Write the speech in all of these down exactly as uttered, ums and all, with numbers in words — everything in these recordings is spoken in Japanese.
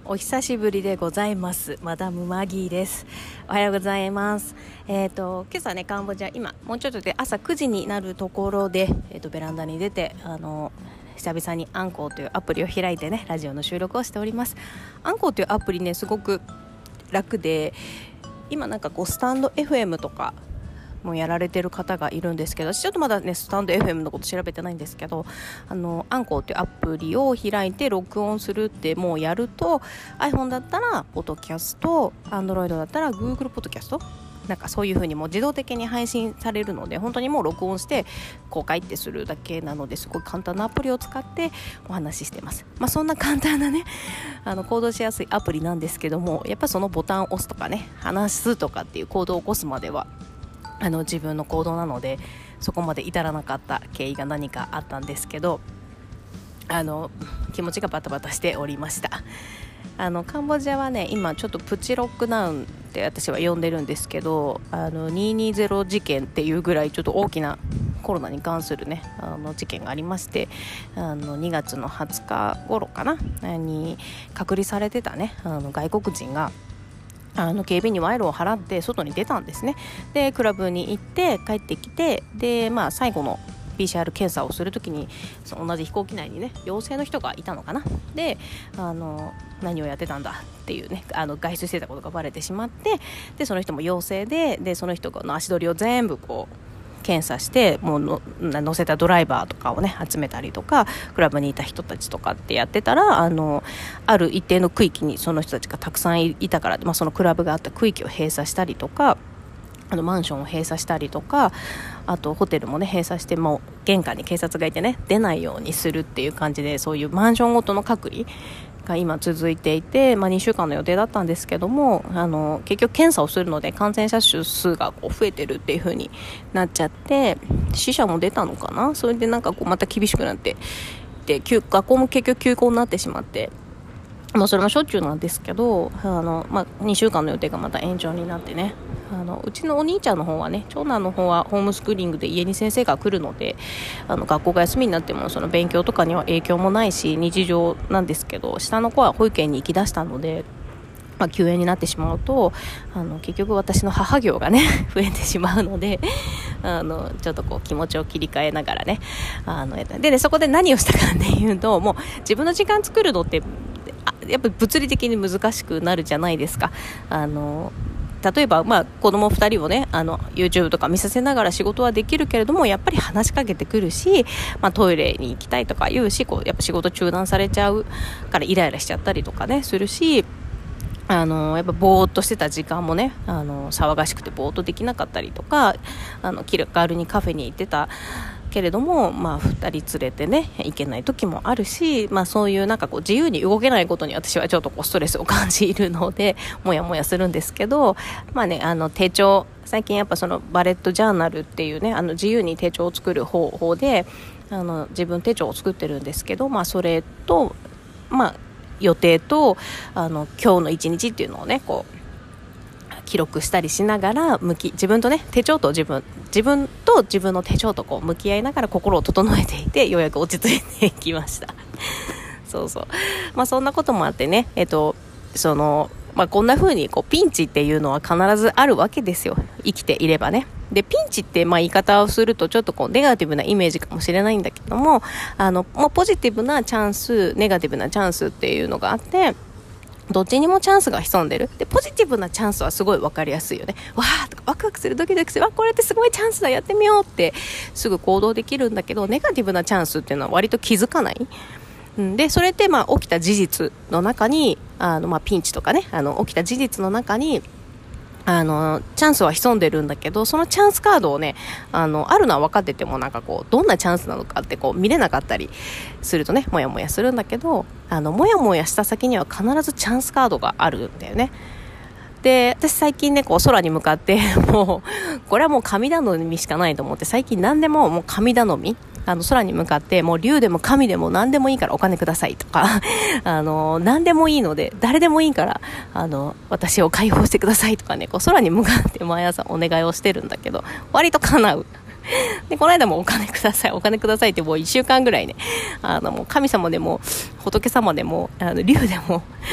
お久しぶりでございます。マダムマギーです。おはようございます。えっ、ー、と今朝ねカンボジア、今もうちょっとで朝くじになるところで、えー、とベランダに出てあの久々にアンコウというアプリを開いてねラジオの収録をしております。アンコウというアプリねすごく楽で、今なんかこうスタンド エフエム とかもうやられてる方がいるんですけど、ちょっとまだねスタンド エフエム のこと調べてないんですけど、あのアンコウっていうアプリを開いて録音するってもうやると iPhone だったらポッドキャスト、Android だったら Google ポッドキャスト、なんかそういう風にもう自動的に配信されるので、本当にもう録音して公開ってするだけなので、すごい簡単なアプリを使ってお話ししてます。まあそんな簡単なねあの行動しやすいアプリなんですけども、やっぱそのボタンを押すとかね話すとかっていう行動を起こすまではあの自分の行動なので、そこまで至らなかった経緯が何かあったんですけど、あの気持ちがバタバタしておりました。あのカンボジアはね今ちょっとプチロックダウンって私は呼んでるんですけど、あのにひゃくにじゅう事件っていうぐらいちょっと大きなコロナに関するねあの事件がありまして、あのにがつのはつか頃かなに隔離されてたねあの外国人があの警備に賄賂を払って外に出たんですね。でクラブに行って帰ってきて、で、まあ、最後の ピーシーアール 検査をするときにその同じ飛行機内にね陽性の人がいたのかな。であの何をやってたんだっていうねあの外出してたことがバレてしまって、でその人も陽性で、でその人の足取りを全部こう検査して、もうの乗せたドライバーとかをね集めたりとか、クラブにいた人たちとかってやってたら、あのある一定の区域にその人たちがたくさんいたから、まあ、そのクラブがあった区域を閉鎖したりとか、あのマンションを閉鎖したりとか、あとホテルもね閉鎖して、もう玄関に警察がいてね出ないようにするっていう感じで、そういうマンションごとの隔離が今続いていて、まあ、にしゅうかんの予定だったんですけども、あの結局検査をするので感染者数がこう増えてるっていう風になっちゃって、死者も出たのかな。それでなんかこうまた厳しくなってで、学校も結局休校になってしまって、まあ、それもしょっちゅうなんですけど、あの、まあ、にしゅうかんの予定がまた延長になってね、あのうちのお兄ちゃんの方はね、長男の方はホームスクーリングで家に先生が来るので、あの学校が休みになってもその勉強とかには影響もないし日常なんですけど、下の子は保育園に行き出したので、まあ、休園になってしまうと、あの結局私の母業がね増えてしまうので、あのちょっとこう気持ちを切り替えながらね、あのでねそこで何をしたかっていうと、もう自分の時間作るのってやっぱり物理的に難しくなるじゃないですか。あの例えば、まあ、子供ふたりをねあの YouTube とか見させながら仕事はできるけれども、やっぱり話しかけてくるし、まあ、トイレに行きたいとか言うし、こうやっぱ仕事中断されちゃうからイライラしちゃったりとかねするし、あのやっぱぼーっとしてた時間もねあの騒がしくてぼーっとできなかったりとか、あの気軽にカフェに行ってたけれども、まあ、ふたり連れてね行けない時もあるし、まあ、そういうなんかこう自由に動けないことに私はちょっとこうストレスを感じるのでもやもやするんですけど、まあね、あの手帳、最近やっぱそのバレットジャーナルっていうねあの自由に手帳を作る方法で、あの自分手帳を作ってるんですけど、まあ、それと、まあ、予定とあの今日の一日っていうのをねこう記録したりしながら、向き自分とね手帳と自分自分と自分の手帳とこう向き合いながら心を整えていて、ようやく落ち着いていきましたそうそう、まあそんなこともあってね、えっとそのまあこんな風にこうピンチっていうのは必ずあるわけですよ、生きていればね。でピンチってまあ言い方をするとちょっとこうネガティブなイメージかもしれないんだけども、あのもうポジティブなチャンス、ネガティブなチャンスっていうのがあって、どっちにもチャンスが潜んでる。でポジティブなチャンスはすごい分かりやすいよね。わーとかワクワクする、ドキドキする、わこれってすごいチャンスだ、やってみようってすぐ行動できるんだけど、ネガティブなチャンスっていうのは割と気づかない。でそれってまあ起きた事実の中に、あのまあピンチとかね、あの起きた事実の中にあのチャンスは潜んでるんだけど、そのチャンスカードをね あのあるのは分かってても、なんかこうどんなチャンスなのかってこう見れなかったりするとねもやもやするんだけど、あのもやもやした先には必ずチャンスカードがあるんだよね。で私最近ねこう空に向かってもうこれはもう神頼みしかないと思って、最近何でももう神頼み、あの空に向かってもう竜でも神でも何でもいいからお金くださいとかあの何でもいいので誰でもいいからあの私を解放してくださいとかね、こう空に向かって毎朝お願いをしてるんだけど割と叶う。でこの間もお金くださいお金くださいってもういっしゅうかんぐらいね、あのもう神様でも仏様でもあの竜でも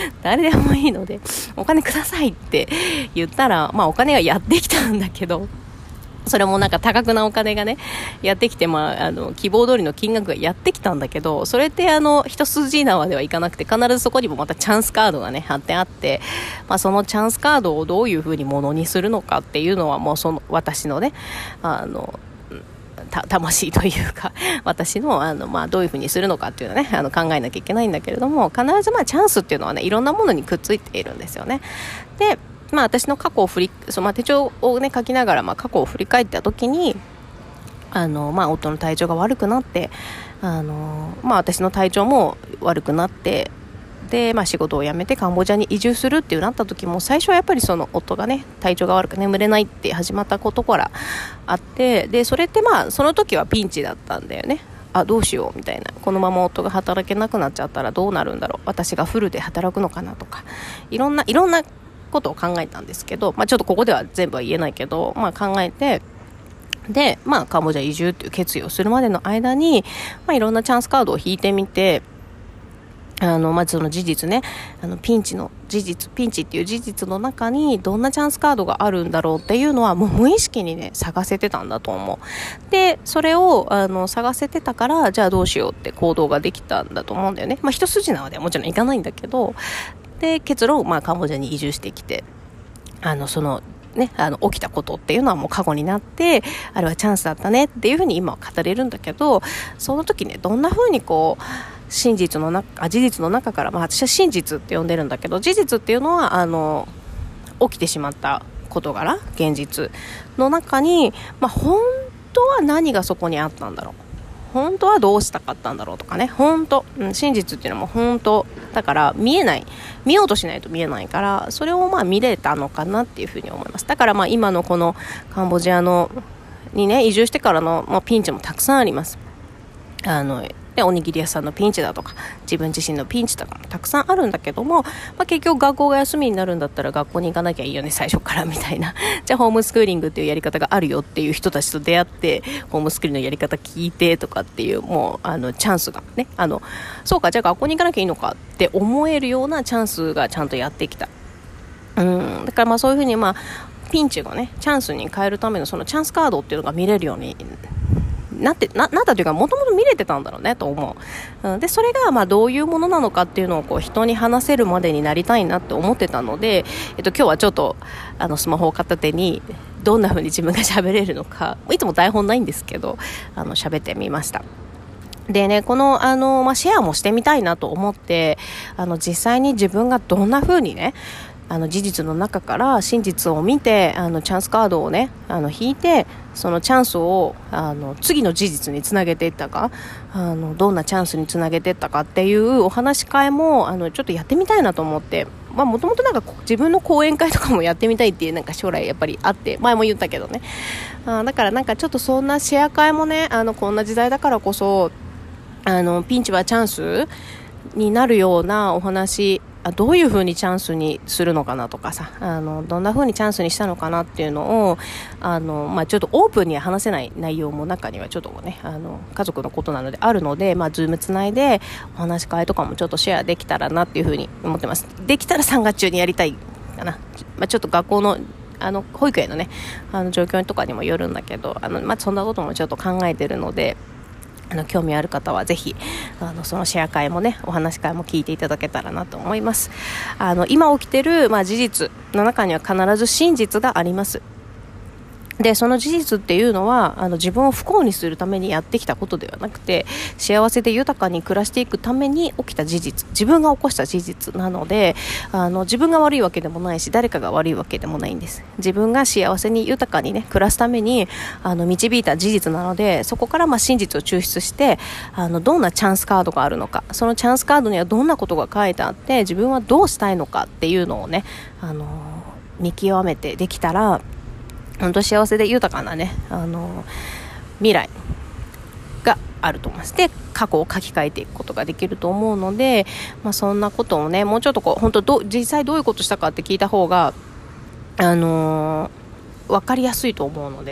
誰でもいいのでお金くださいって言ったら、まあお金がやってきたんだけど、それもなんか多額なお金がねやってきて、まあ、あの希望通りの金額がやってきたんだけど、それってあの一筋縄ではいかなくて、必ずそこにもまたチャンスカードがね貼ってあって、まあ、そのチャンスカードをどういう風にものにするのかっていうのは、もうその私のねあのた魂というか私のあの、まあ、どういう風にするのかっていうのはねあの考えなきゃいけないんだけれども、必ずまあチャンスっていうのはねいろんなものにくっついているんですよね。でまあ、私の過去を振りそう、まあ、手帳を、ね、書きながら、まあ、過去を振り返った時にあの、まあ、夫の体調が悪くなってあの、まあ、私の体調も悪くなってで、まあ、仕事を辞めてカンボジアに移住するっていうなった時も、最初はやっぱりその夫がね体調が悪く眠れないって始まったことからあって、でそれってまあその時はピンチだったんだよね。あどうしようみたいな、このまま夫が働けなくなっちゃったらどうなるんだろう、私がフルで働くのかなとか、いろんないろんなことを考えたんですけど、まあ、ちょっとここでは全部は言えないけど、まあ、考えてで、まあ、カンボジア移住っていう決意をするまでの間に、まあ、いろんなチャンスカードを引いてみて、あのまずその事実ね、あのピンチの事実ピンチっていう事実の中にどんなチャンスカードがあるんだろうっていうのはもう無意識にね探せてたんだと思う。でそれをあの探せてたから、じゃあどうしようって行動ができたんだと思うんだよね。まあ、一筋縄ではもちろんいかないんだけど、で結論、まあ、カンボジアに移住してきて、あのそのね、あの起きたことっていうのはもう過去になって、あれはチャンスだったねっていうふうに今は語れるんだけど、その時ねどんなふうにこう真実の中あ事実の中から、まあ、私は真実って呼んでるんだけど、事実っていうのはあの起きてしまった事柄現実の中に、まあ、本当は何がそこにあったんだろう、本当はどうしたかったんだろうとかね、本当、うん、真実っていうのも本当だから見えない、見ようとしないと見えないから、それをまあ見れたのかなっていうふうに思います。だからまあ今のこのカンボジアのにね移住してからの、まあ、ピンチもたくさんあります。あのでおにぎり屋さんのピンチだとか自分自身のピンチとかもたくさんあるんだけども、まあ、結局学校が休みになるんだったら学校に行かなきゃいいよね最初からみたいなじゃあホームスクーリングっていうやり方があるよっていう人たちと出会ってホームスクーリングのやり方聞いてとかっていう、もうあのチャンスがね、あのそうかじゃあ学校に行かなきゃいいのかって思えるようなチャンスがちゃんとやってきた。うんだからまあそういうふうにまあピンチがねチャンスに変えるためのそのチャンスカードっていうのが見れるようになって な, なったというか、もともと見れてたんだろうねと思う、うん、でそれがまあどういうものなのかっていうのをこう人に話せるまでになりたいなって思ってたので、えっと、今日はちょっとあのスマホを片手にどんな風に自分が喋れるのか、いつも台本ないんですけどあの喋ってみました。でね、この、あの、まあ、シェアもしてみたいなと思って、あの、実際に自分がどんな風にね、あの、事実の中から真実を見て、あの、チャンスカードをね、あの、引いて、そのチャンスを、あの、次の事実につなげていったか、あの、どんなチャンスにつなげていったかっていうお話し会も、あの、ちょっとやってみたいなと思って、まあ、もともとなんか自分の講演会とかもやってみたいっていう、なんか将来やっぱりあって、前も言ったけどね。あだからなんかちょっとそんなシェア会もね、あの、こんな時代だからこそ、あのピンチはチャンスになるようなお話、あどういう風にチャンスにするのかなとかさ、あのどんな風にチャンスにしたのかなっていうのをあの、まあ、ちょっとオープンには話せない内容も中にはちょっとねあの家族のことなのであるので、まあ、ズームつないでお話し会とかもちょっとシェアできたらなっていう風に思ってます。できたらさんがつ中にやりたいかな、まあ、ちょっと学校のあの保育園のねあの状況とかにもよるんだけど、あの、まあ、そんなこともちょっと考えてるので、あの興味ある方はぜひあのそのシェア会もねお話し会も聞いていただけたらなと思います。あの今起きてる、まあ、事実の中には必ず真実があります。でその事実っていうのはあの自分を不幸にするためにやってきたことではなくて、幸せで豊かに暮らしていくために起きた事実、自分が起こした事実なので、あの自分が悪いわけでもないし誰かが悪いわけでもないんです。自分が幸せに豊かにね暮らすためにあの導いた事実なので、そこからまあ真実を抽出してあのどんなチャンスカードがあるのか、そのチャンスカードにはどんなことが書いてあって自分はどうしたいのかっていうのをねあの見極めてできたら本当幸せで豊かなねあの未来があると思います。で過去を書き換えていくことができると思うので、まあ、そんなことをねもうちょっとこう本当ど実際どういうことしたかって聞いた方があのー、分かりやすいと思うのでね、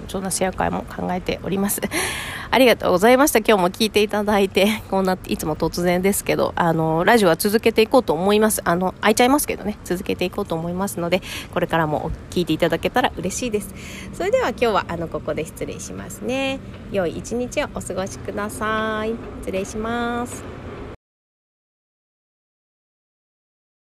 そんなシェア会も考えております。ありがとうございました。今日も聞いていただいて、こんないつも突然ですけど、あのラジオは続けていこうと思います。あの空いちゃいますけどね、続けていこうと思いますので、これからも聞いていただけたら嬉しいです。それでは今日はあのここで失礼しますね。良い一日をお過ごしください。失礼します。